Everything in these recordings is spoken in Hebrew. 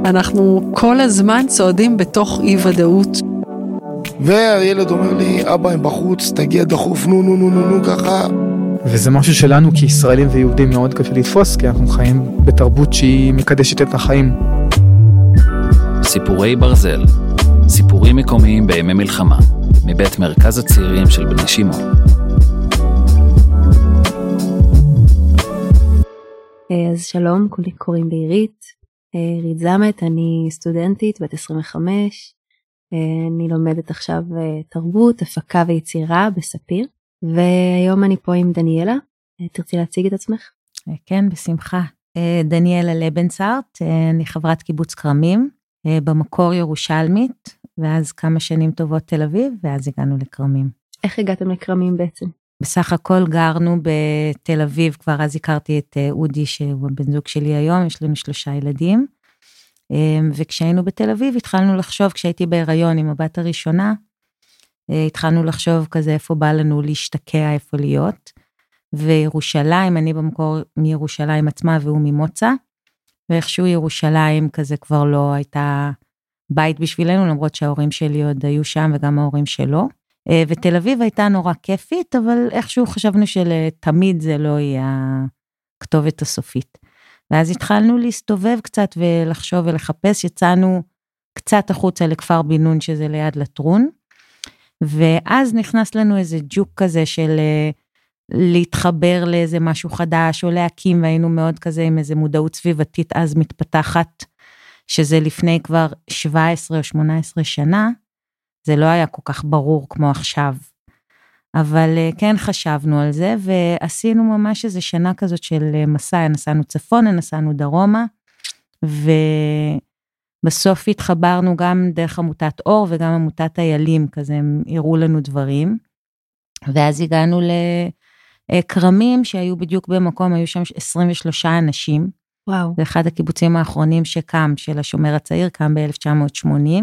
אנחנו כל הזמן צועדים בתוך אי ודאות. והילד אומר לי, אבא הם בחוץ, תגיע דחוף, נו, ככה. וזה משהו שלנו כישראלים ויהודים מאוד קשה לתפוס, כי אנחנו חיים בתרבות שהיא מקדשת את החיים. סיפורי ברזל, סיפורים מקומיים בימי מלחמה, מבית מרכז הצעירים של בני שמעון. אז שלום, קוראים לי עירית זמת, אני סטודנטית בת 25, אני לומדת עכשיו תרבות, הפקה ויצירה בספיר, והיום אני פה עם דניאלה. תרצי להציג את עצמך? כן, בשמחה. דניאלה לבנסארט, אני חברת קיבוץ כרמים, במקור ירושלמית, ואז כמה שנים טובות תל אביב, ואז הגענו לכרמים. איך הגעתם לכרמים בעצם? בסך הכל גרנו בתל אביב, כבר אז הכרתי את אודי, שהוא הבן זוג שלי היום, יש לנו 3 ילדים, וכשהיינו בתל אביב, התחלנו לחשוב, כשהייתי בהיריון עם הבת הראשונה, התחלנו לחשוב כזה איפה בא לנו להשתקע, איפה להיות, וירושלים, אני במקור מירושלים עצמה, והוא ממוצא, ואיכשהו ירושלים כזה כבר לא הייתה בית בשבילנו, למרות שההורים שלי עוד היו שם, וגם ההורים שלו, ותל אביב הייתה נורא כיפית, אבל איכשהו חשבנו שלתמיד זה לא יהיה הכתובת הסופית. ואז התחלנו להסתובב קצת ולחשוב ולחפש, יצאנו קצת החוצה לכפר בינון שזה ליד לטרון, ואז נכנס לנו איזה ג'וק כזה של להתחבר לאיזה משהו חדש או להקים, והיינו מאוד כזה עם איזה מודעות סביבתית אז מתפתחת, שזה לפני כבר 17 או 18 שנה, זה לא היה כל כך ברור כמו עכשיו, אבל כן חשבנו על זה, ועשינו ממש איזה שנה כזאת של מסע, נסענו צפונה, נסענו דרומה, ובסוף התחברנו גם דרך עמותת אור, וגם עמותת איילים, כזה הם הראו לנו דברים, ואז הגענו לכרמים, שהיו בדיוק במקום, היו שם 23 אנשים, וואו. זה אחד הקיבוצים האחרונים שקם, של השומר הצעיר, קם ב-1980,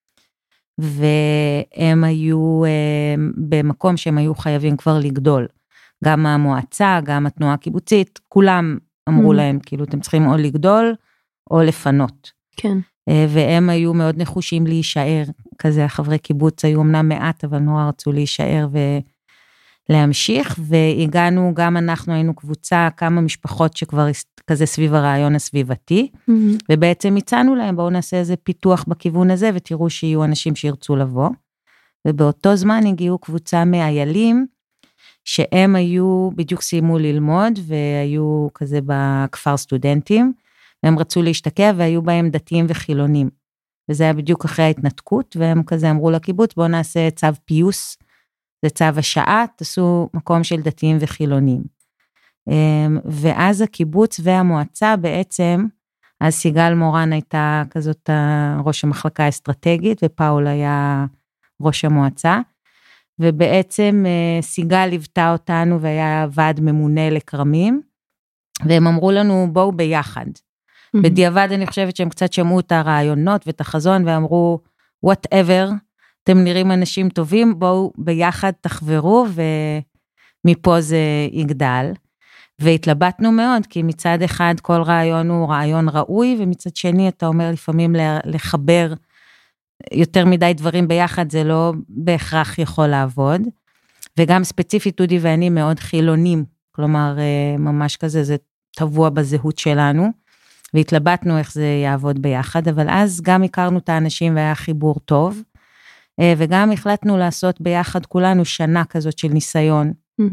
והם היו במקום שהם היו חייבים כבר לגדול, גם המועצה, גם התנועה הקיבוצית, כולם אמרו להם, כאילו אתם צריכים או לגדול, או לפנות. כן. והם היו מאוד נחושים להישאר, כזה החברי קיבוץ היו אמנם מעט, אבל נורא רצו להישאר ולהמשיך, והגענו, גם אנחנו היינו קבוצה, כמה משפחות שכבר כזה סביב הרעיון הסביבתי, ובעצם הצענו להם, בואו נעשה איזה פיתוח בכיוון הזה, ותראו שיהיו אנשים שירצו לבוא, ובאותו זמן הגיעו קבוצה מאיילים, שהם היו, בדיוק סיימו ללמוד, והיו כזה בכפר סטודנטים, והם רצו להשתקע, והיו בהם דתיים וחילונים, וזה היה בדיוק אחרי ההתנתקות, והם כזה אמרו לקיבוץ, בואו נעשה צו פיוס, זה צו השעה, תעשו מקום של דתיים וחילונים. ואז הקיבוץ והמועצה בעצם, אז סיגל מורן הייתה כזאת ראש המחלקה האסטרטגית, ופאול היה ראש המועצה, ובעצם סיגל ליוותה אותנו, והיה ועד ממונה לכרמים, והם אמרו לנו בואו ביחד. בדיעבד אני חושבת שהם קצת שמעו את הרעיונות ואת החזון, ואמרו whatever, אתם נראים אנשים טובים, בואו ביחד תחברו, ומפה זה יגדל. והתלבטנו מאוד, כי מצד אחד כל רעיון הוא רעיון ראוי, ומצד שני אתה אומר לפעמים לחבר יותר מדי דברים ביחד, זה לא בהכרח יכול לעבוד, וגם ספציפית אודי ואני מאוד חילונים, כלומר ממש כזה זה טבוע בזהות שלנו, והתלבטנו איך זה יעבוד ביחד, אבל אז גם הכרנו את האנשים והיה חיבור טוב, וגם החלטנו לעשות ביחד כולנו שנה כזאת של ניסיון,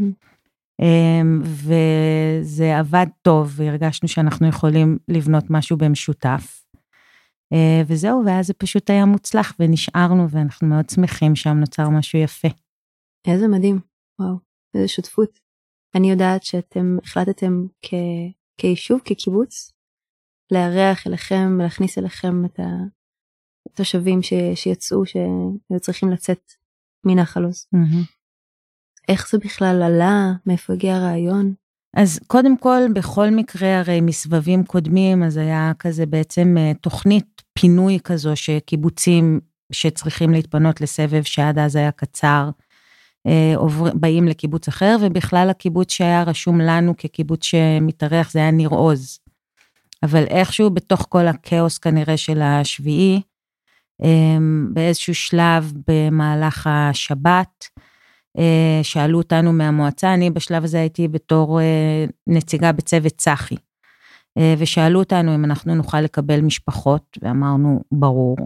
וזה עבד טוב, והרגשנו שאנחנו יכולים לבנות משהו במשותף, וזהו, ואז זה פשוט היה מוצלח, ונשארנו, ואנחנו מאוד שמחים שם נוצר משהו יפה. איזה מדהים, וואו, איזה שותפות. אני יודעת שאתם החלטתם כיישוב, כקיבוץ, לארח אליכם, להכניס אליכם את התושבים שיצאו, שהיו צריכים לצאת מנחל עוז. איך זה בכלל עלה? מאיפה הגיע הרעיון? אז קודם כל, בכל מקרה, הרי מסבבים קודמים, אז היה כזה בעצם תוכנית פינוי כזו, שקיבוצים שצריכים להתפנות לסבב, שעד אז היה קצר, באים לקיבוץ אחר, ובכלל הקיבוץ שהיה רשום לנו כקיבוץ שמתארח, זה היה ניר עוז. אבל איכשהו בתוך כל הכאוס כנראה של השביעי, באיזשהו שלב במהלך השבת, שאלו אותנו מהמועצה, אני בשלב הזה הייתי בתור נציגה בצוות צחי, ושאלו אותנו אם אנחנו נוכל לקבל משפחות, ואמרנו ברור,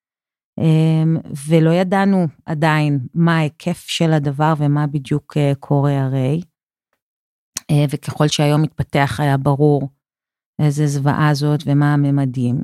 ולא ידענו עדיין מה ההיקף של הדבר ומה בדיוק קורה הרי, וככל שהיום מתפתח היה ברור איזה זוועה זאת ומה הממדים,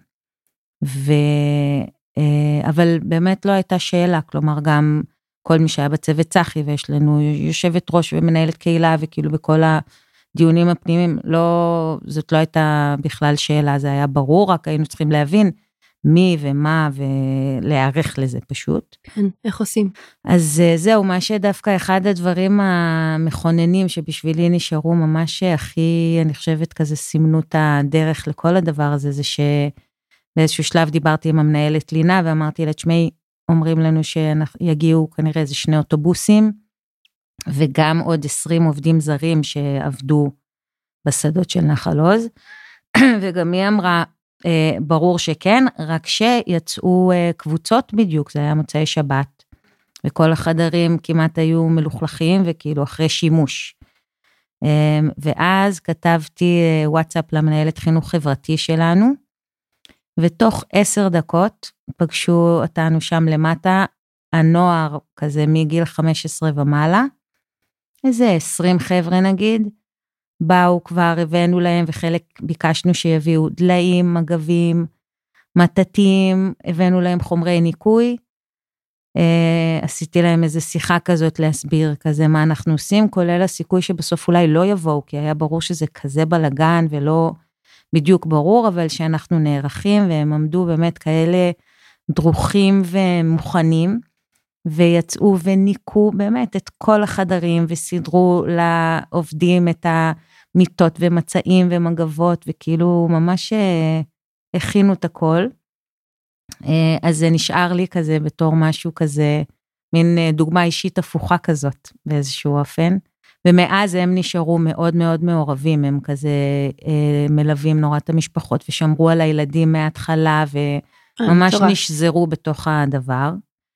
אבל באמת לא הייתה שאלה, כלומר גם כל מי שהיה בצוות צחי, ויש לנו יושבת ראש ומנהלת קהילה, וכאילו בכל הדיונים הפנימיים, זאת לא הייתה בכלל שאלה, זה היה ברור, רק היינו צריכים להבין מי ומה, ולהערך לזה פשוט. כן, איך עושים? אז זהו, מה שדווקא אחד הדברים המכוננים, שבשבילי נשארו ממש הכי, אני חושבת כזה, סימנו את הדרך לכל הדבר הזה, זה שבאיזשהו שלב דיברתי עם המנהלת לינה, ואמרתי לה, תשמעי, אומרים לנו שיגיעו כנראה איזה 2 אוטובוסים, וגם עוד 20 עובדים זרים שעבדו בשדות של נחל עוז, וגם היא אמרה, ברור שכן, רק שיצאו קבוצות בדיוק, זה היה מוצאי שבת, וכל החדרים כמעט היו מלוכלכים, וכאילו אחרי שימוש. ואז כתבתי וואטסאפ למנהלת חינוך חברתי שלנו, ותוך 10 דקות פגשו אותנו שם למטה, הנוער כזה מגיל 15 ומעלה, איזה 20 חבר'ה נגיד, באו כבר, הבאנו להם, וחלק ביקשנו שיביאו דליים, מגבים, מטטים, הבאנו להם חומרי ניקוי, עשיתי להם איזו שיחה כזאת להסביר כזה מה אנחנו עושים, כולל הסיכוי שבסוף אולי לא יבואו, כי היה ברור שזה כזה בלגן ולא בדיוק ברור, אבל שאנחנו נערכים, והם עמדו באמת כאלה דרוכים ומוכנים, ויצאו וניקו באמת את כל החדרים, וסידרו לעובדים את המיטות ומצעים ומגבות, וכאילו ממש הכינו את הכל. אז זה נשאר לי כזה בתור משהו כזה, מין דוגמה אישית הפוכה כזאת באיזשהו אופן, ומאז הם נשארו מאוד מאוד מעורבים, הם כזה מלווים נורא את המשפחות, ושמרו על הילדים מההתחלה, וממש נשזרו בתוך הדבר.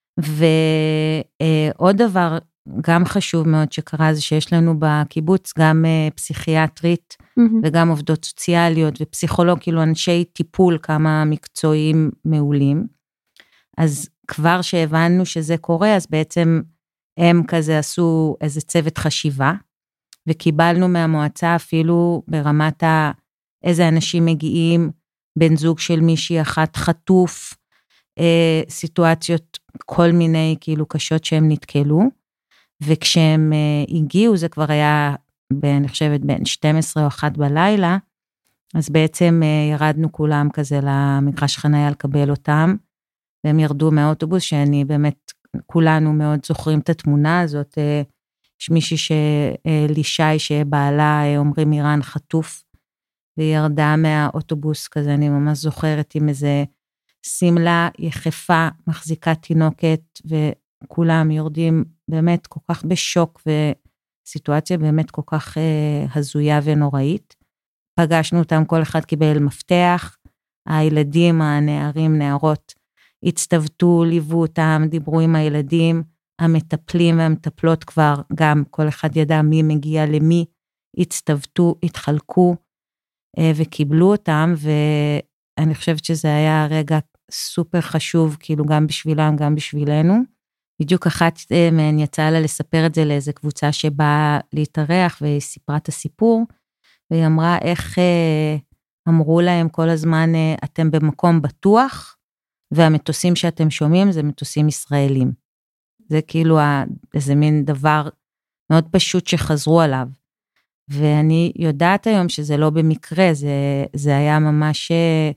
ועוד דבר גם חשוב מאוד שקרה, זה שיש לנו בקיבוץ גם פסיכיאטרית, וגם עובדות סוציאליות ופסיכולוג, כאילו אנשי טיפול, כמה מקצועיים מעולים. אז כבר שהבנו שזה קורה, אז בעצם הם כזה עשו איזה צוות חשיבה, וקיבלנו מהמועצה אפילו ברמת איזה אנשים מגיעים, בן זוג של מישהי אחת חטוף, סיטואציות כל מיני כאילו קשות שהם נתקלו, וכשהם הגיעו, זה כבר היה, אני חושבת, בין 12 או 1 בלילה, אז בעצם ירדנו כולם כזה למגרש חניה לקבל אותם, והם ירדו מהאוטובוס, שאני באמת, כולנו מאוד זוכרים את התמונה הזאת, יש מישהי לישי שבעלה אומרים איראן חטוף, והיא ירדה מהאוטובוס כזה, אני ממש זוכרת עם איזה סמלה יחפה, מחזיקה תינוקת, וכולם יורדים באמת כל כך בשוק, וסיטואציה באמת כל כך הזויה ונוראית. פגשנו אותם, כל אחד קיבל מפתח, הילדים, הנערים, נערות, הצטוותו, ליוו אותם, דיברו עם הילדים, המטפלים והמטפלות כבר, גם כל אחד ידע מי מגיע למי, הצטוותו, התחלקו, וקיבלו אותם, ואני חושבת שזה היה רגע סופר חשוב, כאילו גם בשבילם, גם בשבילנו. בדיוק אחת מהן יצאה לה לספר את זה לאיזו קבוצה שבאה להתארח, והיא סיפרה את הסיפור, והיא אמרה איך אמרו להם כל הזמן, אתם במקום בטוח, והמטוסים שאתם שומעים זה מטוסים ישראלים. זה כאילו איזה מין דבר מאוד פשוט שחזרו עליו. ואני יודעת היום שזה לא במקרה, זה היה ממש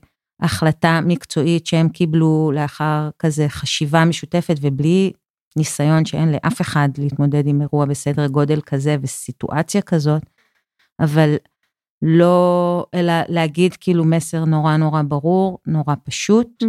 החלטה מקצועית שהם קיבלו לאחר כזה חשיבה משותפת, ובלי ניסיון שאין לאף אחד להתמודד עם אירוע בסדר גודל כזה וסיטואציה כזאת, אבל לא, אלא להגיד כאילו מסר נורא נורא ברור, נורא פשוט,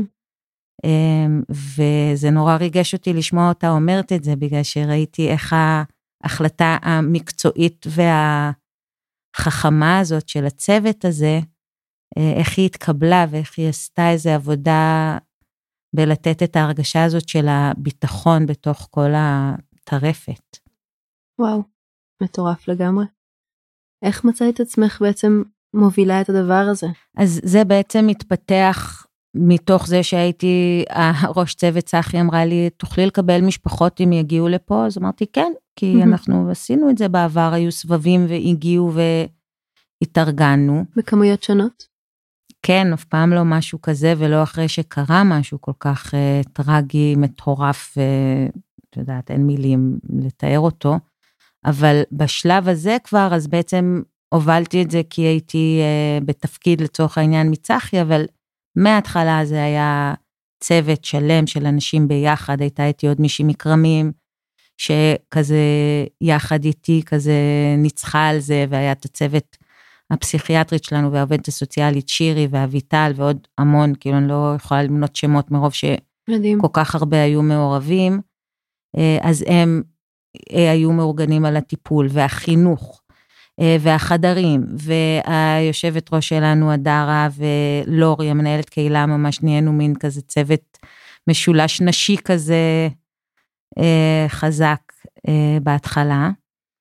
וזה נורא ריגש אותי לשמוע אותה אומרת את זה, בגלל שראיתי איך ההחלטה המקצועית והחכמה הזאת של הצוות הזה, איך היא התקבלה ואיך היא עשתה איזו עבודה בלתת את ההרגשה הזאת של הביטחון בתוך כל הטרפת. וואו, מטורף לגמרי. איך מצאת את עצמך בעצם מובילה את הדבר הזה? אז זה בעצם מתפתח מתוך זה שהייתי, הראש צוות צחי אמרה לי, תוכלי לקבל משפחות אם יגיעו לפה? אז אמרתי כן, כי אנחנו עשינו את זה בעבר, היו סבבים והגיעו והתארגנו. בכמויות שונות? כן, אף פעם לא משהו כזה, ולא אחרי שקרה משהו כל כך טרגי, מטורף, את יודעת, אין מילים לתאר אותו, אבל בשלב הזה כבר, אז בעצם הובלתי את זה, כי הייתי בתפקיד לצורך העניין מצחי, אבל מההתחלה זה היה צוות שלם של אנשים ביחד, הייתה איתי עוד מישהי מקרמים, שכזה יחד איתי, כזה ניצחה על זה, והיה את הצוות הפסיכיאטרית שלנו, והעובדת הסוציאלית שירי ואביטל, ועוד המון, כאילו אני לא יכולה למנות שמות מרוב שכל כך הרבה היו מעורבים, אז הם היו מאורגנים על הטיפול, והחינוך, והחדרים, והיושבת ראש שלנו, הדרה ולורי, המנהלת קהילה, ממש נהיינו מין כזה צוות משולש נשי כזה, חזק בהתחלה.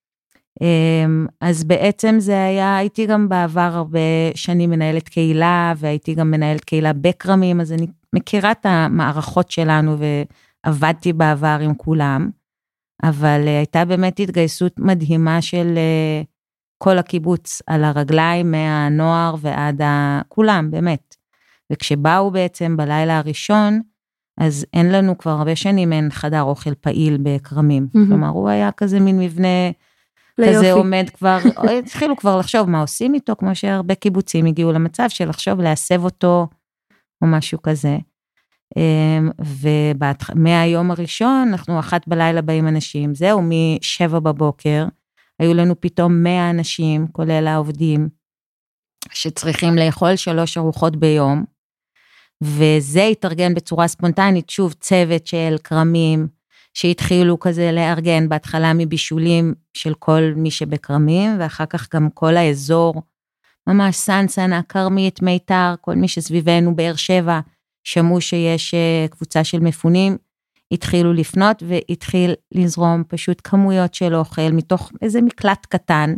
אז בעצם זה היה, הייתי גם בעבר הרבה שנים מנהלת קהילה, והייתי גם מנהלת קהילה בקרמים, אז אני מכירה את המערכות שלנו, ועבדתי בעבר עם כולם, אבל הייתה באמת התגייסות מדהימה של כל הקיבוץ על הרגליים, מהנוער ועד כולם, באמת. וכשבאו בעצם בלילה הראשון, אז אין לנו כבר הרבה שנים, אין חדר אוכל פעיל בקרמים. כלומר, הוא היה כזה מין מבנה, כזה עומד כבר, התחילו כבר לחשוב מה עושים איתו, כמו שהרבה קיבוצים הגיעו למצב של לחשוב, להסב אותו, או משהו כזה. ומהיום הראשון, אנחנו 1 בלילה באים אנשים, זהו, מ7 בבוקר, היו לנו פתאום 100 אנשים, כולל העובדים, שצריכים לאכול 3 ארוחות ביום, וזה התארגן בצורה ספונטנית, שוב, צוות של קרמים, שהתחילו כזה לארגן, בהתחלה מבישולים של כל מי שבקרמים, ואחר כך גם כל האזור, ממש סנסנה, קרמית, מיתר, כל מי שסביבנו באר שבע, שמעו שיש קבוצה של מפונים, התחילו לפנות, והתחיל לזרום פשוט כמויות של אוכל, מתוך איזה מקלט קטן,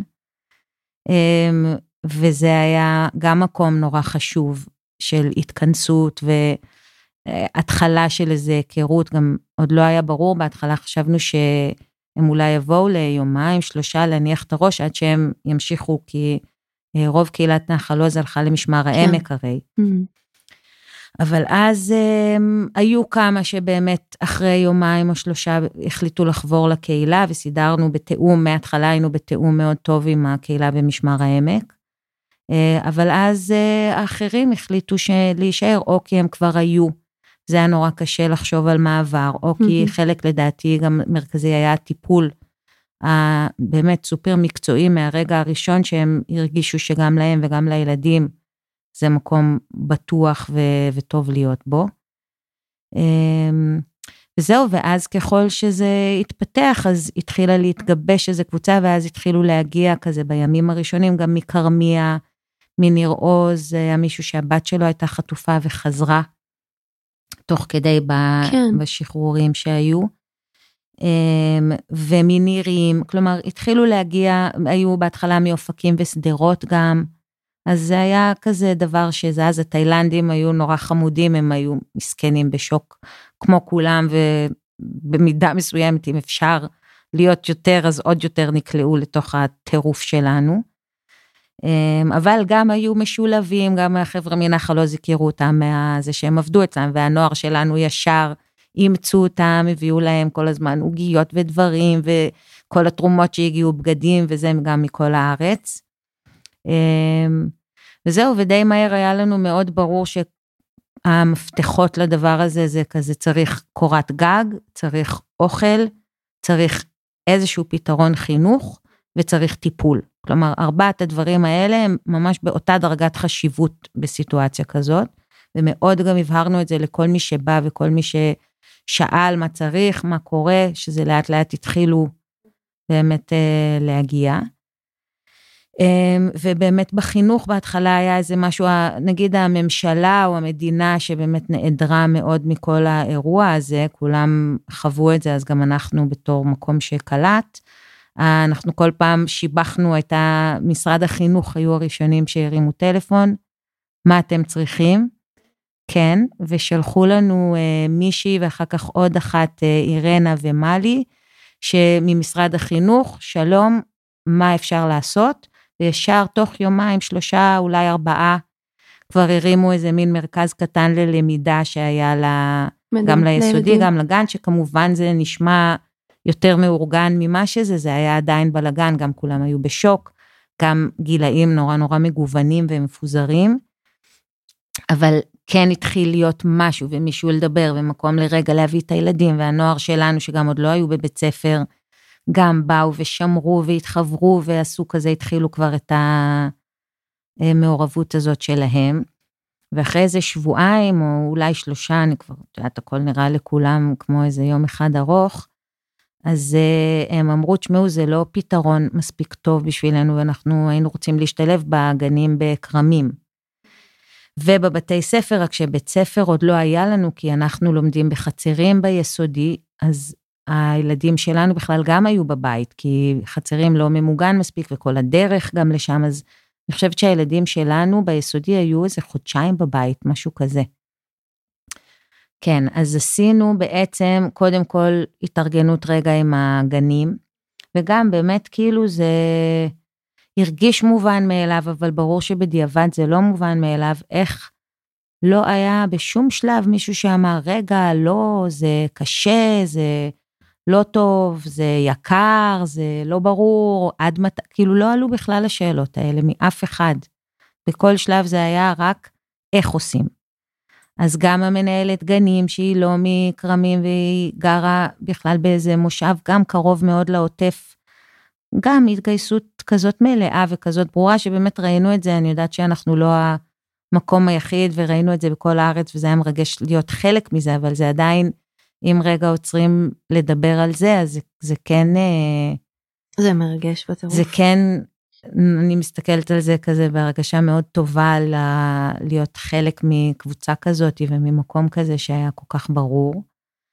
וזה היה גם מקום נורא חשוב, של התכנסות, והתחלה של איזה היכרות, גם עוד לא היה ברור, בהתחלה חשבנו שהם אולי יבואו ליומיים, 3, להניח את הראש, עד שהם ימשיכו, כי רוב קהילת נחל עוז הלכה למשמר העמק הרי. אבל אז היו כמה שבאמת אחרי יומיים או 3 החליטו לחבור לקהילה, וסידרנו בתאום, מההתחלה היינו בתאום מאוד טוב עם הקהילה במשמר העמק, אבל אז האחרים החליטו להישאר, או כי הם כבר היו, זה היה נורא קשה לחשוב על מעבר, או כי חלק לדעתי גם מרכזי היה הטיפול, באמת סופר מקצועי מהרגע הראשון, שהם הרגישו שגם להם וגם לילדים, זה מקום בטוח וטוב להיות בו. וזהו, ואז ככל שזה התפתח, אז התחילה להתגבש איזו קבוצה, ואז התחילו להגיע כזה בימים הראשונים, גם מקרמיה, מניר עוז, היה מישהו שהבת שלו הייתה חטופה וחזרה, תוך כדי בשחרורים שהיו, ומנירים, כלומר, התחילו להגיע, היו בהתחלה מאופקים וסדרות גם, אז זה היה כזה דבר שזז, התאילנדים היו נורא חמודים, הם היו מסכנים בשוק, כמו כולם, ובמידה מסוימת, אם אפשר להיות יותר, אז עוד יותר נקלעו לתוך הטירוף שלנו, אבל גם היו משולבים, גם החבר'ה מנחל עוז הכירו אותם, זה שהם עבדו אצלם, והנוער שלנו ישר, אימצו אותם, הביאו להם כל הזמן עוגיות ודברים, וכל התרומות שהגיעו בגדים, וזה גם מכל הארץ, וזהו, ודי מהר היה לנו מאוד ברור שהמפתחות לדבר הזה, זה כזה צריך קורת גג, צריך אוכל, צריך איזשהו פתרון חינוך, וצריך טיפול. כלומר, 4 הדברים האלה הם ממש באותה דרגת חשיבות בסיטואציה כזאת, ומאוד גם הבהרנו את זה לכל מי שבא, וכל מי ששאל מה צריך, מה קורה, שזה לאט לאט התחילו באמת להגיע. ובאמת בחינוך בהתחלה היה איזה משהו, נגיד הממשלה או המדינה שבאמת נעדרה מאוד מכל האירוע הזה, כולם חוו את זה, אז גם אנחנו בתור מקום שקלט, אנחנו כל פעם שיבחנו את משרד החינוך, היו הראשונים שהרימו טלפון, מה אתם צריכים? כן, ושלחו לנו מישהי ואחר כך עוד אחת, אירנה ומלי, שממשרד החינוך, שלום, מה אפשר לעשות? וישר תוך יומיים, 3, אולי 4, כבר הרימו איזה מין מרכז קטן ללמידה שהיה גם ליסודי, גם לגן, שכמובן זה נשמע יותר מאורגן ממה שזה, זה היה עדיין בלגן, גם כולם היו בשוק, גם גילאים נורא נורא מגוונים ומפוזרים, אבל כן התחיל להיות משהו, ומישהו לדבר, ומקום לרגע להביא את הילדים, והנוער שלנו, שגם עוד לא היו בבית ספר, גם באו ושמרו והתחברו, ועשו כזה, התחילו כבר את המעורבות הזאת שלהם, ואחרי איזה 2 שבועים, או אולי 3, אני כבר יודעת, הכל נראה לכולם, כמו איזה יום אחד ארוך, אז הם אמרו, תשמעו, זה לא פתרון מספיק טוב בשבילנו, ואנחנו היינו רוצים להשתלב בגנים בקרמים, ובבתי ספר, רק שבית ספר עוד לא היה לנו, כי אנחנו לומדים בחצרים ביסודי, אז הילדים שלנו בכלל גם היו בבית, כי חצרים לא ממוגן מספיק, וכל הדרך גם לשם, אז אני חושבת שהילדים שלנו ביסודי היו איזה 2 חודשים בבית, משהו כזה. כן, אז עשינו בעצם, קודם כל, התארגנות רגע עם הגנים, וגם באמת כאילו זה הרגיש מובן מאליו, אבל ברור שבדיעבד זה לא מובן מאליו, איך לא היה בשום שלב מישהו שאמר, רגע, לא, זה קשה, זה לא טוב, זה יקר, זה לא ברור, כאילו לא עלו בכלל השאלות האלה מאף אחד. בכל שלב זה היה רק איך עושים. אז גם המנהלת גנים שהיא לא מקרמים והיא גרה בכלל באיזה מושב גם קרוב מאוד לעוטף, גם התגייסות כזאת מלאה וכזאת ברורה שבאמת ראינו את זה, אני יודעת שאנחנו לא המקום היחיד וראינו את זה בכל הארץ וזה היה מרגש להיות חלק מזה, אבל זה עדיין, אם רגע עוצרים לדבר על זה, אז זה כן... זה מרגש בטירוף. זה כן, אני מסתכלת על זה כזה בהרגשה מאוד טובה להיות חלק מקבוצה כזאת וממקום כזה שהיה כל כך ברור.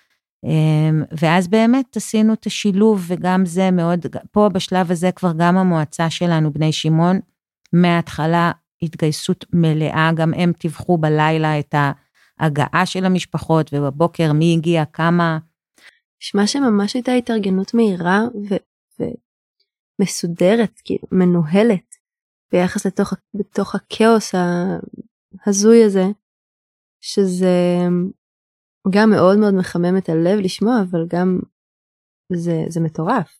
ואז באמת עשינו את השילוב וגם זה מאוד, פה בשלב הזה כבר גם המועצה שלנו, בני שמעון, מההתחלה התגייסות מלאה, גם הם תיווכו בלילה את ההגעה של המשפחות ובבוקר מי הגיע, כמה. נשמע שממש הייתה התארגנות מהירה ומסודרת, כאילו מנוהלת ביחס בתוך הכאוס ההזוי הזה, שזה גם מאוד מאוד מחמם את הלב לשמוע, אבל גם זה מטורף.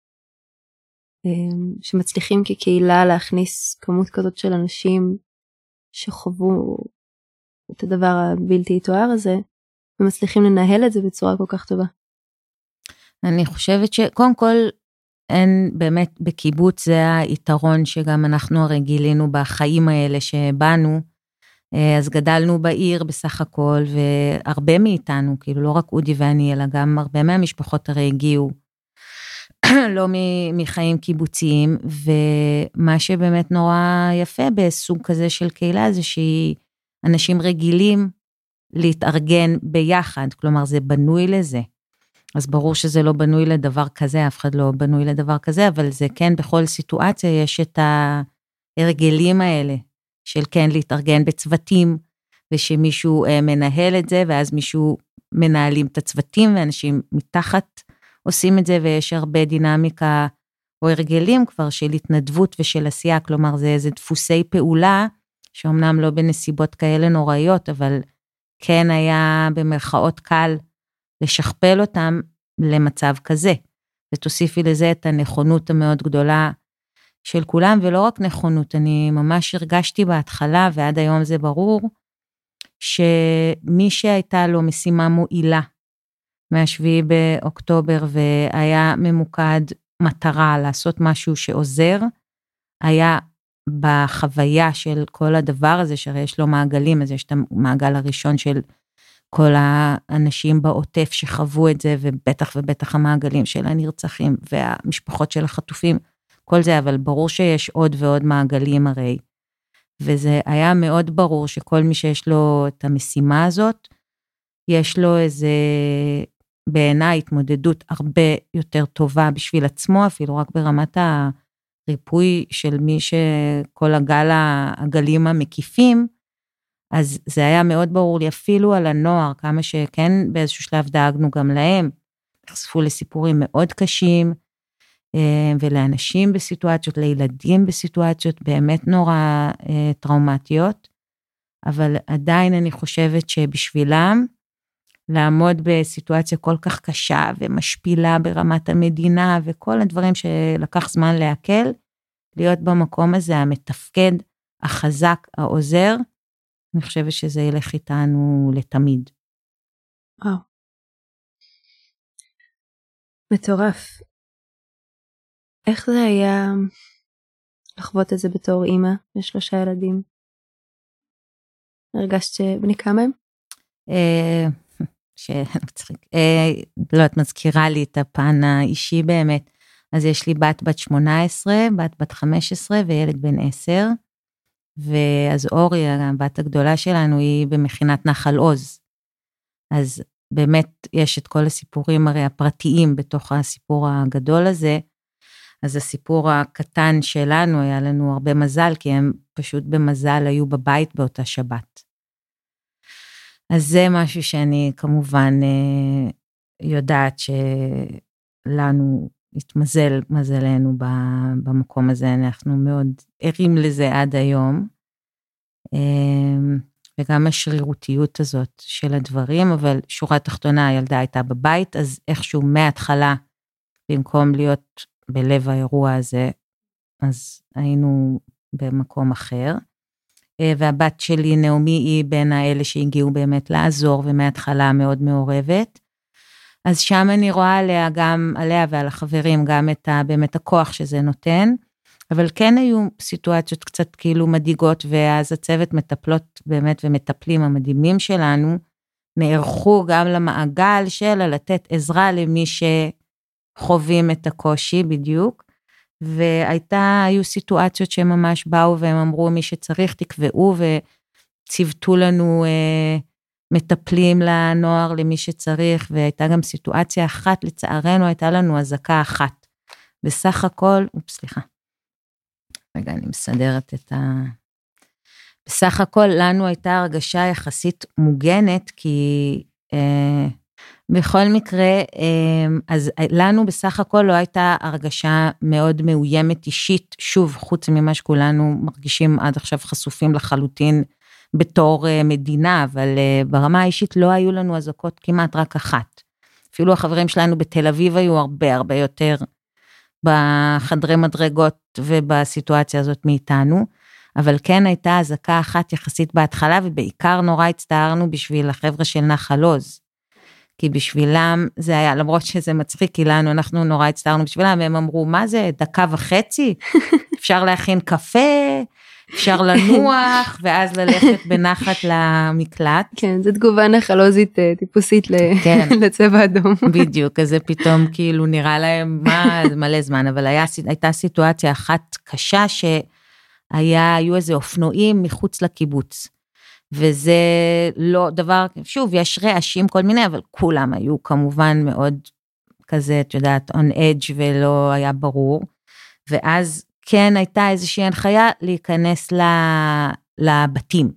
שמצליחים כקהילה להכניס כמות כזאת של אנשים שחוו את הדבר הבלתי יתואר הזה, ומצליחים לנהל את זה בצורה כל כך טובה. אני חושבת שקודם כל, אין באמת בקיבוץ זה היתרון שגם אנחנו הרי גילינו בחיים האלה שבאנו, אז גדלנו בעיר בסך הכל, והרבה מאיתנו, כאילו לא רק אודי ואני, אלא גם הרבה מהמשפחות הרי הגיעו, לא מחיים קיבוציים, ומה שבאמת נורא יפה בסוג כזה של קהילה, זה שאנשים רגילים להתארגן ביחד, כלומר זה בנוי לזה, אז ברור שזה לא בנוי לדבר כזה, אף אחד לא בנוי לדבר כזה, אבל זה כן בכל סיטואציה יש את ההרגלים האלה, של כן להתארגן בצוותים, ושמישהו מנהל את זה, ואז מישהו מנהלים את הצוותים, ואנשים מתחת עושים את זה, ויש הרבה דינמיקה או הרגלים כבר של התנדבות ושל עשייה, כלומר זה איזה דפוסי פעולה, שאומנם לא בנסיבות כאלה נוראיות, אבל כן היה במרכאות קל לשכפל אותם למצב כזה, ותוסיפי לזה את הנכונות המאוד גדולה של כולם, ולא רק נכונות, אני ממש הרגשתי בהתחלה, ועד היום זה ברור, שמי שהייתה לו משימה מועילה, מה-7 באוקטובר, והיה ממוקד מטרה לעשות משהו שעוזר, היה בחוויה של כל הדבר הזה, שהרי יש לו מעגלים, אז יש את המעגל הראשון של כל האנשים בעוטף שחוו את זה, ובטח ובטח המעגלים של הנרצחים, והמשפחות של החטופים, כל זה, אבל ברור שיש עוד ועוד מעגלים הרי, וזה היה מאוד ברור שכל מי שיש לו את המשימה הזאת, יש לו איזה, בעיניי, התמודדות הרבה יותר טובה בשביל עצמו, אפילו רק ברמת הריפוי של מי שכל הגלים המקיפים, אז זה היה מאוד ברור לי, אפילו על הנוער, כמה שכן באיזשהו שלב דאגנו גם להם, נחשפו לסיפורים מאוד קשים, ולאנשים בסיטואציות, לילדים בסיטואציות באמת נורא טראומטיות, אבל עדיין אני חושבת שבשבילם, לעמוד בסיטואציה כל כך קשה ומשפילה ברמת המדינה, וכל הדברים שלקח זמן להקל, להיות במקום הזה המתפקד, החזק, העוזר, אני חושבת שזה ילך איתנו לתמיד. וואו. מטורף. איך זה היה לחוות את זה בתור אימא ל3 ילדים? הרגשת בני כמה הם? לא, את מזכירה לי את הפן האישי באמת. אז יש לי בת 18, בת 15 וילד בן 10, ואז אורי, הבת הגדולה שלנו, היא במכינת נחל עוז. אז באמת יש את כל הסיפורים הרי הפרטיים בתוך הסיפור הגדול הזה, אז הסיפור הקטן שלנו, היה לנו הרבה מזל, כי הם פשוט במזל היו בבית באותה שבת. אז זה משהו שאני כמובן יודעת שלנו התמזל מזלנו במקום הזה, אנחנו מאוד ערים לזה עד היום, וגם השרירותיות הזאת של הדברים, אבל שורה תחתונה, הילדה הייתה בבית, אז איכשהו מההתחלה, במקום להיות בלב האירוע הזה, אז היינו במקום אחר, והבת שלי נעמי היא בין האלה שהגיעו באמת לעזור, ומההתחלה מאוד מעורבת, אז שם אני רואה עליה גם, עליה ועל החברים, גם את באמת הכוח שזה נותן, אבל כן היו סיטואציות קצת כאילו מדאיגות, ואז הצוות מטפלות באמת ומטפלים המדהימים שלנו, נערכו גם למעגל של לתת עזרה למי שחווים את הקושי בדיוק, והיו סיטואציות שהם ממש באו והם אמרו מי שצריך תקבעו וצוותו לנו מטפלים לנוער למי שצריך, והייתה גם סיטואציה אחת, לצערנו הייתה לנו הזקה אחת, בסך הכל, סליחה, רגע אני מסדרת את בסך הכל לנו הייתה הרגשה יחסית מוגנת, כי בכל מקרה, אז לנו בסך הכל לא הייתה הרגשה מאוד מאוימת אישית, שוב, חוץ ממה שכולנו מרגישים עד עכשיו חשופים לחלוטין בתור מדינה, אבל ברמה האישית לא היו לנו אזעקות כמעט רק אחת. אפילו החברים שלנו בתל אביב היו הרבה יותר בחדרי מדרגות ובסיטואציה הזאת מאיתנו, אבל כן הייתה אזעקה אחת יחסית בהתחלה, ובעיקר נורא הצטערנו בשביל החבר'ה של נחל עוז. כי בשבילם זה היה, למרות שזה מצחיק, כי לנו אנחנו נורא הצטערנו בשבילם, והם אמרו, מה זה, 1.5 דקות? אפשר להכין קפה, אפשר לנוח, ואז ללכת בנחת למקלט. כן, זו תגובה נחלוזית טיפוסית לצבע אדום. בדיוק, אז זה פתאום כאילו נראה להם מלא זמן, אבל הייתה סיטואציה אחת קשה, שהיו איזה אופנועים מחוץ לקיבוץ. וזה לא דבר, שוב, יש רעשים כל מיני, אבל כולם היו כמובן מאוד כזה, את יודעת, on edge ולא היה ברור, ואז כן הייתה איזושהי הנחיה להיכנס לבתים,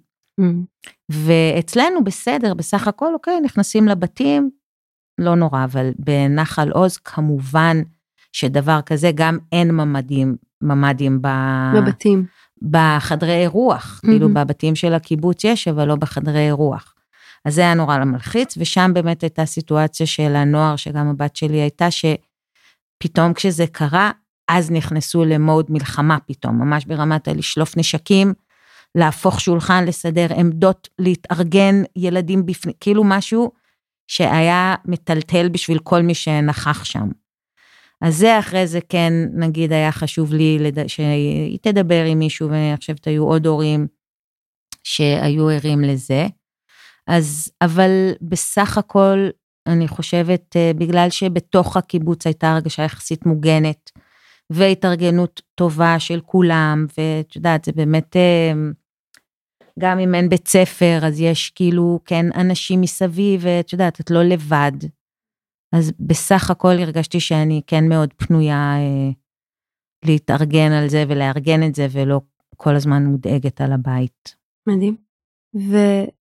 ואצלנו בסדר, בסך הכל, אוקיי, נכנסים לבתים, לא נורא, אבל בנחל עוז כמובן שדבר כזה, גם אין ממדים בבתים. בחדרי רוח, כאילו בבתים של הקיבוץ יש, אבל לא בחדרי רוח. אז זה היה נורא למלחיץ, ושם באמת הייתה סיטואציה של הנוער, שגם הבת שלי הייתה, שפתאום כשזה קרה, אז נכנסו למוד מלחמה פתאום, ממש ברמת לשלוף נשקים, להפוך שולחן, לסדר עמדות, להתארגן ילדים בפני, כאילו משהו שהיה מטלטל בשביל כל מי שנכח שם. אז זה אחרי זה כן, נגיד, היה חשוב לי שהיא תדבר עם מישהו, ואני חושבת היו עוד הורים שהיו ערים לזה. אז, אבל בסך הכל, אני חושבת, בגלל שבתוך הקיבוץ הייתה הרגשה יחסית מוגנת, והתארגנות טובה של כולם, ואת יודעת, זה באמת, גם אם אין בית ספר, אז יש כאילו, כן, אנשים מסביב, ואת יודעת, את לא לבד. אז בסך הכל הרגשתי שאני כן מאוד פנויה להתארגן על זה, ולארגן את זה, ולא כל הזמן מודאגת על הבית. מדהים. ואת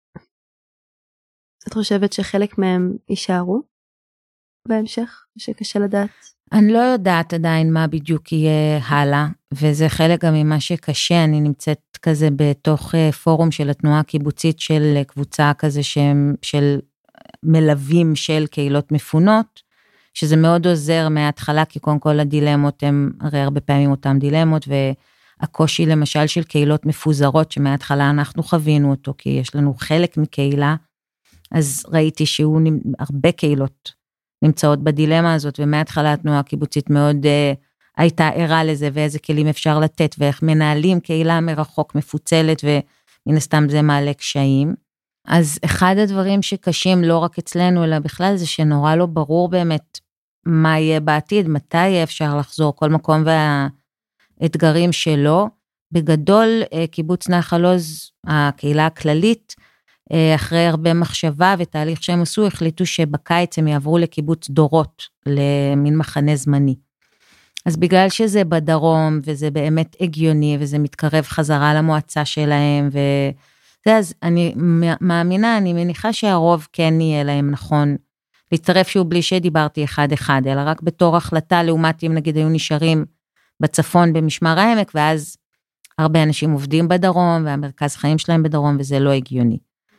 חושבת שחלק מהם יישארו בהמשך, שקשה לדעת? אני לא יודעת עדיין מה בדיוק יהיה הלאה, וזה חלק גם ממה שקשה, אני נמצאת כזה בתוך פורום של התנועה הקיבוצית של קבוצה כזה של מלווים של קהילות מפונות, שזה מאוד עוזר מההתחלה, כי קודם כל הדילמות הם הרי הרבה פעמים אותם דילמות, והקושי למשל של קהילות מפוזרות, שמההתחלה אנחנו חווינו אותו, כי יש לנו חלק מקהילה, אז ראיתי שהוא הרבה קהילות נמצאות בדילמה הזאת, ומההתחלה התנועה הקיבוצית מאוד הייתה ערה לזה, ואיזה כלים אפשר לתת, ואיך מנהלים קהילה מרחוק מפוצלת, ומן הסתם זה מעלה קשיים. אז אחד הדברים שקשים לא רק אצלנו, אלא בכלל זה שנורא לא ברור באמת מה יהיה בעתיד, מתי יהיה אפשר לחזור, כל מקום והאתגרים שלו. בגדול, קיבוץ נחל עוז, הקהילה הכללית, אחרי הרבה מחשבה ותהליך שהם עשו, החליטו שבקיץ הם יעברו לקיבוץ דורות, למין מחנה זמני. אז בגלל שזה בדרום, וזה באמת הגיוני, וזה מתקרב חזרה למועצה שלהם, וזה, אז אני מאמינה, אני מניחה שהרוב כן יהיה להם נכון, להצטרף שוב בלי שדיברתי אחד, אלא רק בתור החלטה, לעומת אם נגיד היו נשארים בצפון במשמר העמק, ואז הרבה אנשים עובדים בדרום, והמרכז חיים שלהם בדרום, וזה לא הגיוני.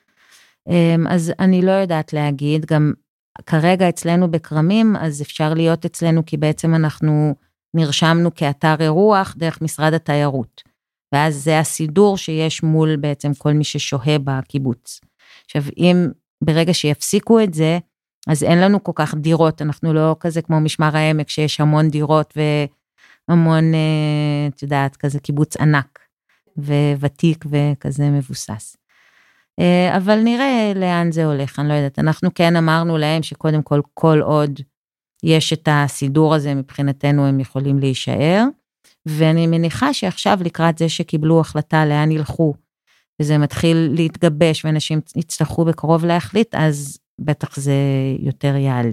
אז אני לא יודעת להגיד, גם כרגע אצלנו בקרמים, אז אפשר להיות אצלנו, כי בעצם אנחנו נרשמנו כאתר אירוח, דרך משרד התיירות, ואז זה הסידור שיש מול בעצם כל מי ששוהה בקיבוץ. עכשיו, אם ברגע שיפסיקו את זה, אז אין לנו כל כך דירות, אנחנו לא כזה כמו משמר העמק, שיש המון דירות, והמון, את יודעת, כזה קיבוץ ענק, וותיק וכזה מבוסס. אבל נראה לאן זה הולך, אני לא יודעת, אנחנו כן אמרנו להם שקודם כל עוד יש את הסידור הזה מבחינתנו הם יכולים להישאר, ואני מניחה שעכשיו לקראת זה שקיבלו החלטה לאן ילכו, וזה מתחיל להתגבש ואנשים יצטרכו בקרוב להחליט, אז בטח זה יותר יעלה.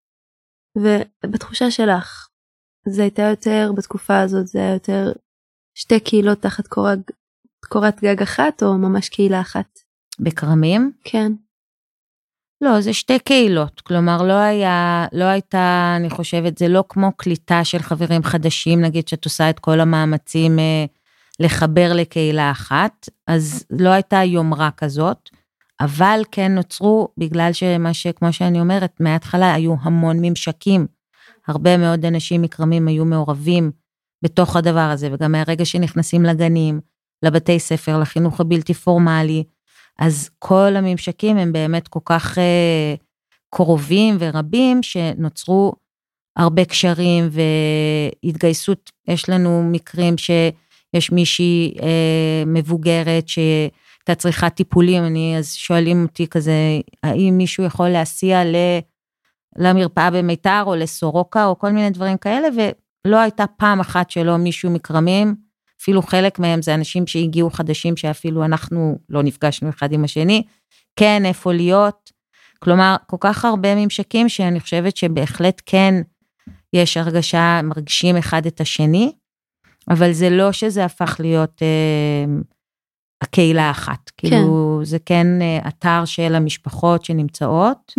ובתחושה שלך, זה הייתה יותר בתקופה הזאת, זה היה יותר שתי קהילות תחת קורת גג אחת, או ממש קהילה אחת? בקרמים? כן. לא, זה שתי קהילות, כלומר לא הייתה, אני חושבת, זה לא כמו קליטה של חברים חדשים, נגיד שאת עושה את כל המאמצים לחבר לקהילה אחת, אז לא הייתה יומרה כזאת, אבל כן נוצרו, בגלל כמו שאני אומרת, מההתחלה היו המון ממשקים, הרבה מאוד אנשים מקרמים היו מעורבים בתוך הדבר הזה, וגם מהרגע שנכנסים לגנים, לבתי ספר, לחינוך הבלתי פורמלי, אז כל הממשקים הם באמת כל כך קרובים ורבים, שנוצרו הרבה קשרים והתגייסות. יש לנו מקרים שיש מישהי מבוגרת שהייתה צריכה טיפולים, אז שואלים אותי כזה, האם מישהו יכול להסיע למרפאה במיתר או לסורוקה או כל מיני דברים כאלה, ולא הייתה פעם אחת שלא מישהו מקרמים, אפילו חלק מהם זה אנשים שהגיעו חדשים, שאפילו אנחנו לא נפגשנו אחד עם השני, כן, איפה להיות, כלומר, כל כך הרבה ממשקים, שאני חושבת שבהחלט כן, יש הרגשה, מרגישים אחד את השני, אבל זה לא שזה הפך להיות הקהילה האחת, כן. כאילו זה כן אתר של המשפחות שנמצאות,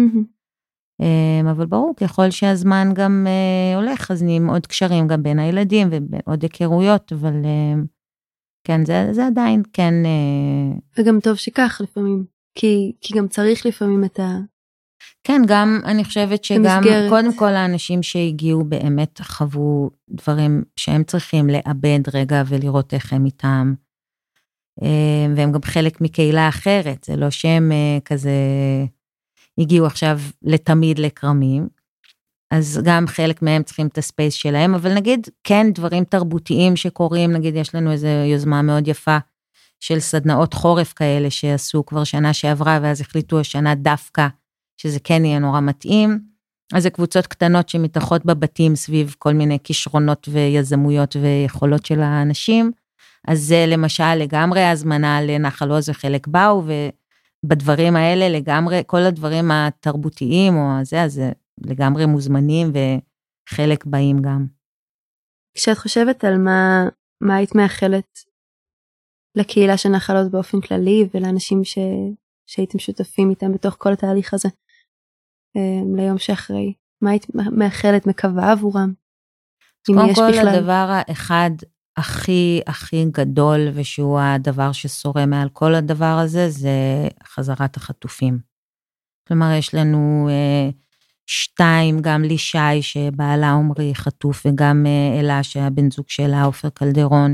אבל ברור, ככל שהזמן גם הולך, אז נהיים עוד קשרים גם בין הילדים, ועוד היכרויות, אבל כן, זה עדיין כן. וגם טוב שכך לפעמים, כי גם צריך לפעמים את ה... כן, גם אני חושבת שגם, קודם כל האנשים שהגיעו באמת חוו דברים שהם צריכים לאבד רגע, ולראות איך הם איתם, והם גם חלק מקהילה אחרת, זה לא שהם כזה... הגיעו עכשיו לתמיד לקרמים, אז גם חלק מהם צריכים את הספייס שלהם, אבל נגיד, כן, דברים תרבותיים שקורים, נגיד, יש לנו איזו יוזמה מאוד יפה, של סדנאות חורף כאלה, שעשו כבר שנה שעברה, ואז החליטו השנה דווקא, שזה כן יהיה נורא מתאים, אז זה קבוצות קטנות שמתאחות בבתים סביב כל מיני כישרונות ויזמויות ויכולות של האנשים, אז זה למשל לגמרי הזמנה לנחל עוז וחלק באו, ובדברים האלה לגמרי, כל הדברים התרבותיים או הזה, אז זה לגמרי מוזמנים וחלק באים גם. כשאת חושבת על מה היית מאחלת לקהילה של נחל עוז באופן כללי, ולאנשים שהייתם שותפים איתם בתוך כל התהליך הזה, ליום שאחרי, מה היית מאחלת, מקווה עבורם? קודם כל הדבר האחד הכי הכי גדול, ושהוא הדבר ששורם מעל כל הדבר הזה, זה חזרת החטופים. כלומר, יש לנו 2, גם לישי שבעלה עומרי חטוף, וגם אלה שהבן זוג שלה, עופר קלדרון.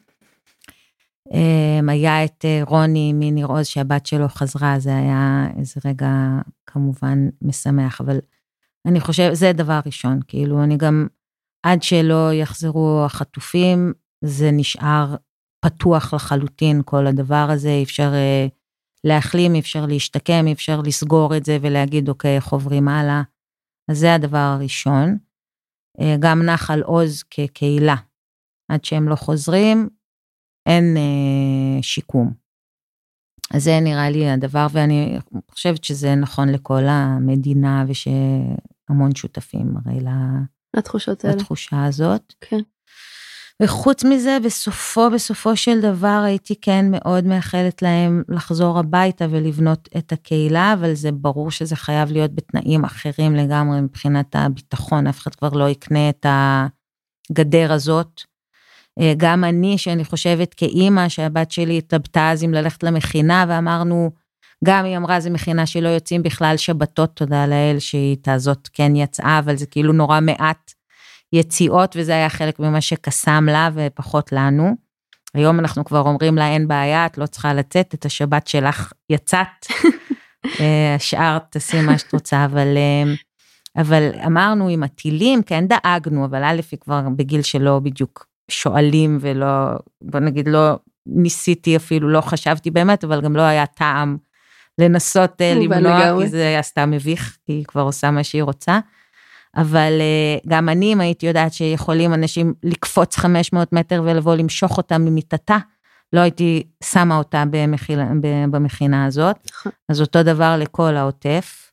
היה את רוני מניר עוז שהבת שלו חזרה, זה היה איזה רגע כמובן משמח, אבל אני חושב, זה דבר ראשון, כאילו אני גם, עד שלא יחזרו החטופים, זה נשאר פתוח לחלוטין כל הדבר הזה, אי אפשר להחלים, אי אפשר להשתקם, אי אפשר לסגור את זה ולהגיד אוקיי, איך עוברים הלאה, אז זה הדבר הראשון, גם נחל עוז כקהילה, עד שהם לא חוזרים, אין שיקום. אז זה נראה לי הדבר, ואני חושבת שזה נכון לכל המדינה, ושהמון שותפים הרי לתחושה הזאת. כן. וחוץ מזה, בסופו של דבר, הייתי כן מאוד מאחלת להם לחזור הביתה ולבנות את הקהילה, אבל זה ברור שזה חייב להיות בתנאים אחרים לגמרי, מבחינת הביטחון, אף אחד כבר לא יקנה את הגדר הזאת, גם אני, שאני חושבת כאימא, שהבת שלי התלבטה אז אם ללכת למכינה, ואמרנו, גם היא אמרה, זה מכינה שלא יוצאים בכלל שבתות, תודה לאל, שהיא הזאת כן יצאה, אבל זה כאילו נורא מעט יציאות, וזה היה חלק ממה שקסם לה, ופחות לנו. היום אנחנו כבר אומרים לה, אין בעיה, את לא צריכה לצאת, את השבת שלך יצאת, השאר תשים מה שאת רוצה, אבל אמרנו עם הטילים, כן דאגנו, אבל א' היא כבר בגיל שלא בדיוק, שואלים ולא, בוא נגיד, לא ניסיתי אפילו, לא חשבתי באמת, אבל גם לא היה טעם לנסות למנוע, כי זה היה סתם מביך, כי היא כבר עושה מה שהיא רוצה, אבל גם אני, אם הייתי יודעת שיכולים אנשים לקפוץ 500 מטר ולבוא למשוך אותה ממיטתה, לא הייתי שמה אותה במכינה הזאת, אז אותו דבר לכל העוטף,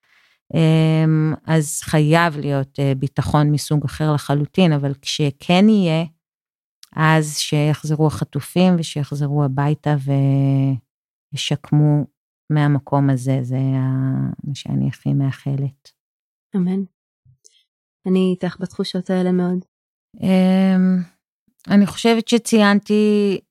אז חייב להיות ביטחון מסוג אחר לחלוטין, אבל כשכן יהיה, אז שיחזרו החטופים ושיחזרו הביתה וישקמו מהמקום הזה, זה מה שאני הכי מאחלת. אמן. אני איתך בתחושות האלה מאוד. אני חושבת שציינתי,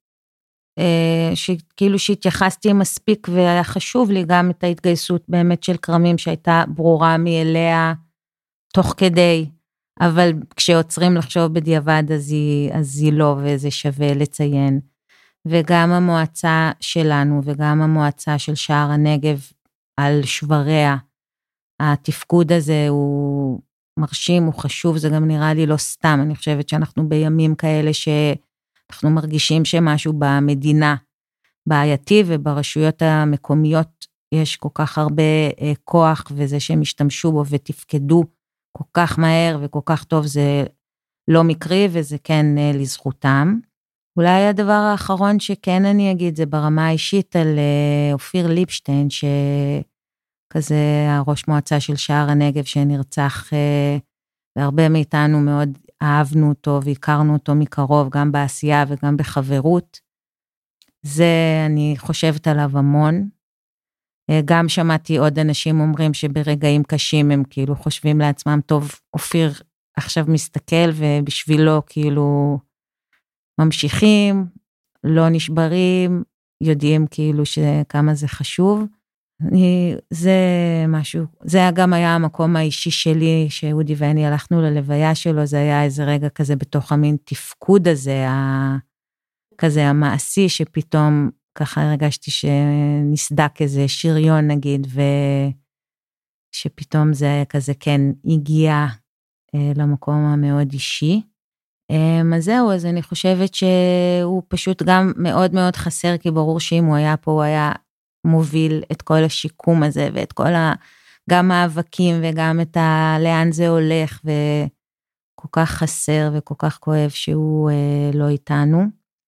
כאילו שהתייחסתי מספיק והיה חשוב לי גם את ההתגייסות באמת של קרמים שהייתה ברורה מאליה תוך כדי, אבל כשעוצרים לחשוב בדיעבד אז היא לא, וזה שווה לציין. וגם המועצה שלנו וגם המועצה של שער הנגב על שבריה, התפקוד הזה הוא מרשים, הוא חשוב, זה גם נראה לי לא סתם, אני חושבת שאנחנו בימים כאלה שאנחנו מרגישים שמשהו במדינה בעייתי, וברשויות המקומיות יש כל כך הרבה כוח, וזה שהם השתמשו בו ותפקדו כל כך מהר וכל כך טוב, זה לא מקרי, וזה כן לזכותם. אולי הדבר האחרון שכן אני אגיד, זה ברמה האישית על אופיר ליבשטיין, שכזה הראש מועצה של שער הנגב שנרצח, והרבה מאיתנו מאוד אהבנו אותו והכרנו אותו מקרוב, גם בעשייה וגם בחברות. זה אני חושבת עליו המון. גם שמעתי עוד אנשים אומרים שברגעים קשים הם כאילו חושבים לעצמם, טוב, אופיר עכשיו מסתכל ובשבילו כאילו ממשיכים, לא נשברים, יודעים כאילו שכמה זה חשוב. זה משהו, זה גם היה המקום האישי שלי, שאודי ואני הלכנו ללוויה שלו, זה היה איזה רגע כזה בתוך המין תפקוד הזה, כזה המעשי, שפתאום ככה הרגשתי שנסדק איזה שריון נגיד, ושפתאום זה היה כזה כן הגיע למקום המאוד אישי. אז זהו, אז אני חושבת שהוא פשוט גם מאוד מאוד חסר, כי ברור שאם הוא היה פה, הוא היה מוביל את כל השיקום הזה, ואת כל גם מאבקים וגם את לאן זה הולך, וכל כך חסר וכל כך כואב שהוא לא איתנו.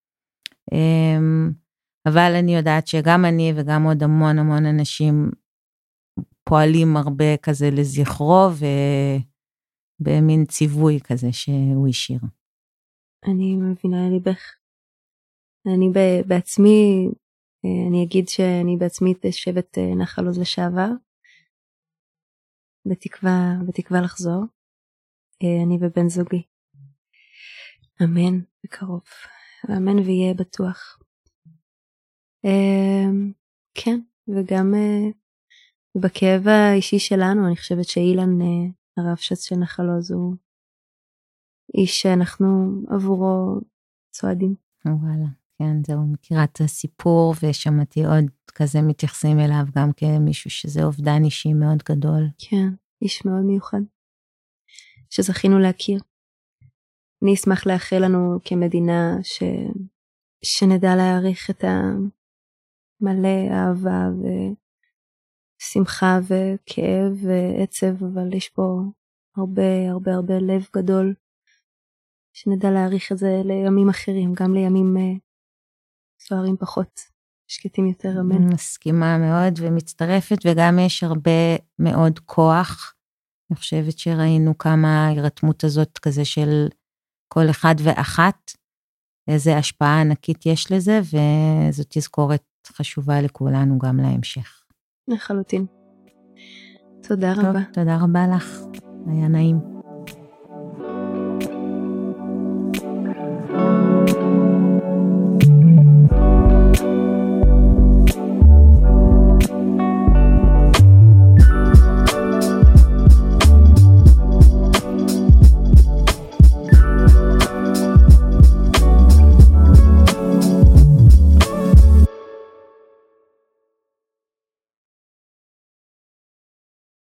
אבל אני יודעת שגם אני וגם עוד המון המון אנשים פועלים הרבה כזה לזכרו, ובמין ציווי כזה שהוא השאיר. אני מבינה ליבך. אני בעצמי, אני אגיד שאני בעצמי תושבת נחל עוז לשעבר, בתקווה לחזור. אני ובן זוגי. אמן, בקרוב. אמן ויהיה בטוח. כן, וגם בכאב האישי שלנו, אני חושבת שאילן, הרב שץ של נחל עוז, הוא איש שאנחנו עבורו צועדים. וואלה, כן, זהו, מכירה את הסיפור, ושמעתי עוד כזה מתייחסים אליו, גם כמישהו שזה אובדן אישי מאוד גדול. כן, איש מאוד מיוחד, שזכינו להכיר. אני אשמח לאחל לנו כמדינה שנדע להעריך את המלא אהבה ושמחה וכאב ועצב, אבל יש פה הרבה הרבה הרבה לב גדול, שנדע להעריך את זה לימים אחרים, גם לימים סוערים פחות, שקטים יותר, אמן. מסכימה מאוד ומצטרפת, וגם יש הרבה מאוד כוח. אני חושבת שראינו כמה ההירתמות הזאת כזה של כל אחד ואחת, איזה השפעה ענקית יש לזה, וזאת תזכורת חשובה לכולנו גם להמשך. לחלוטין. תודה רבה. תודה רבה לך, היה נעים.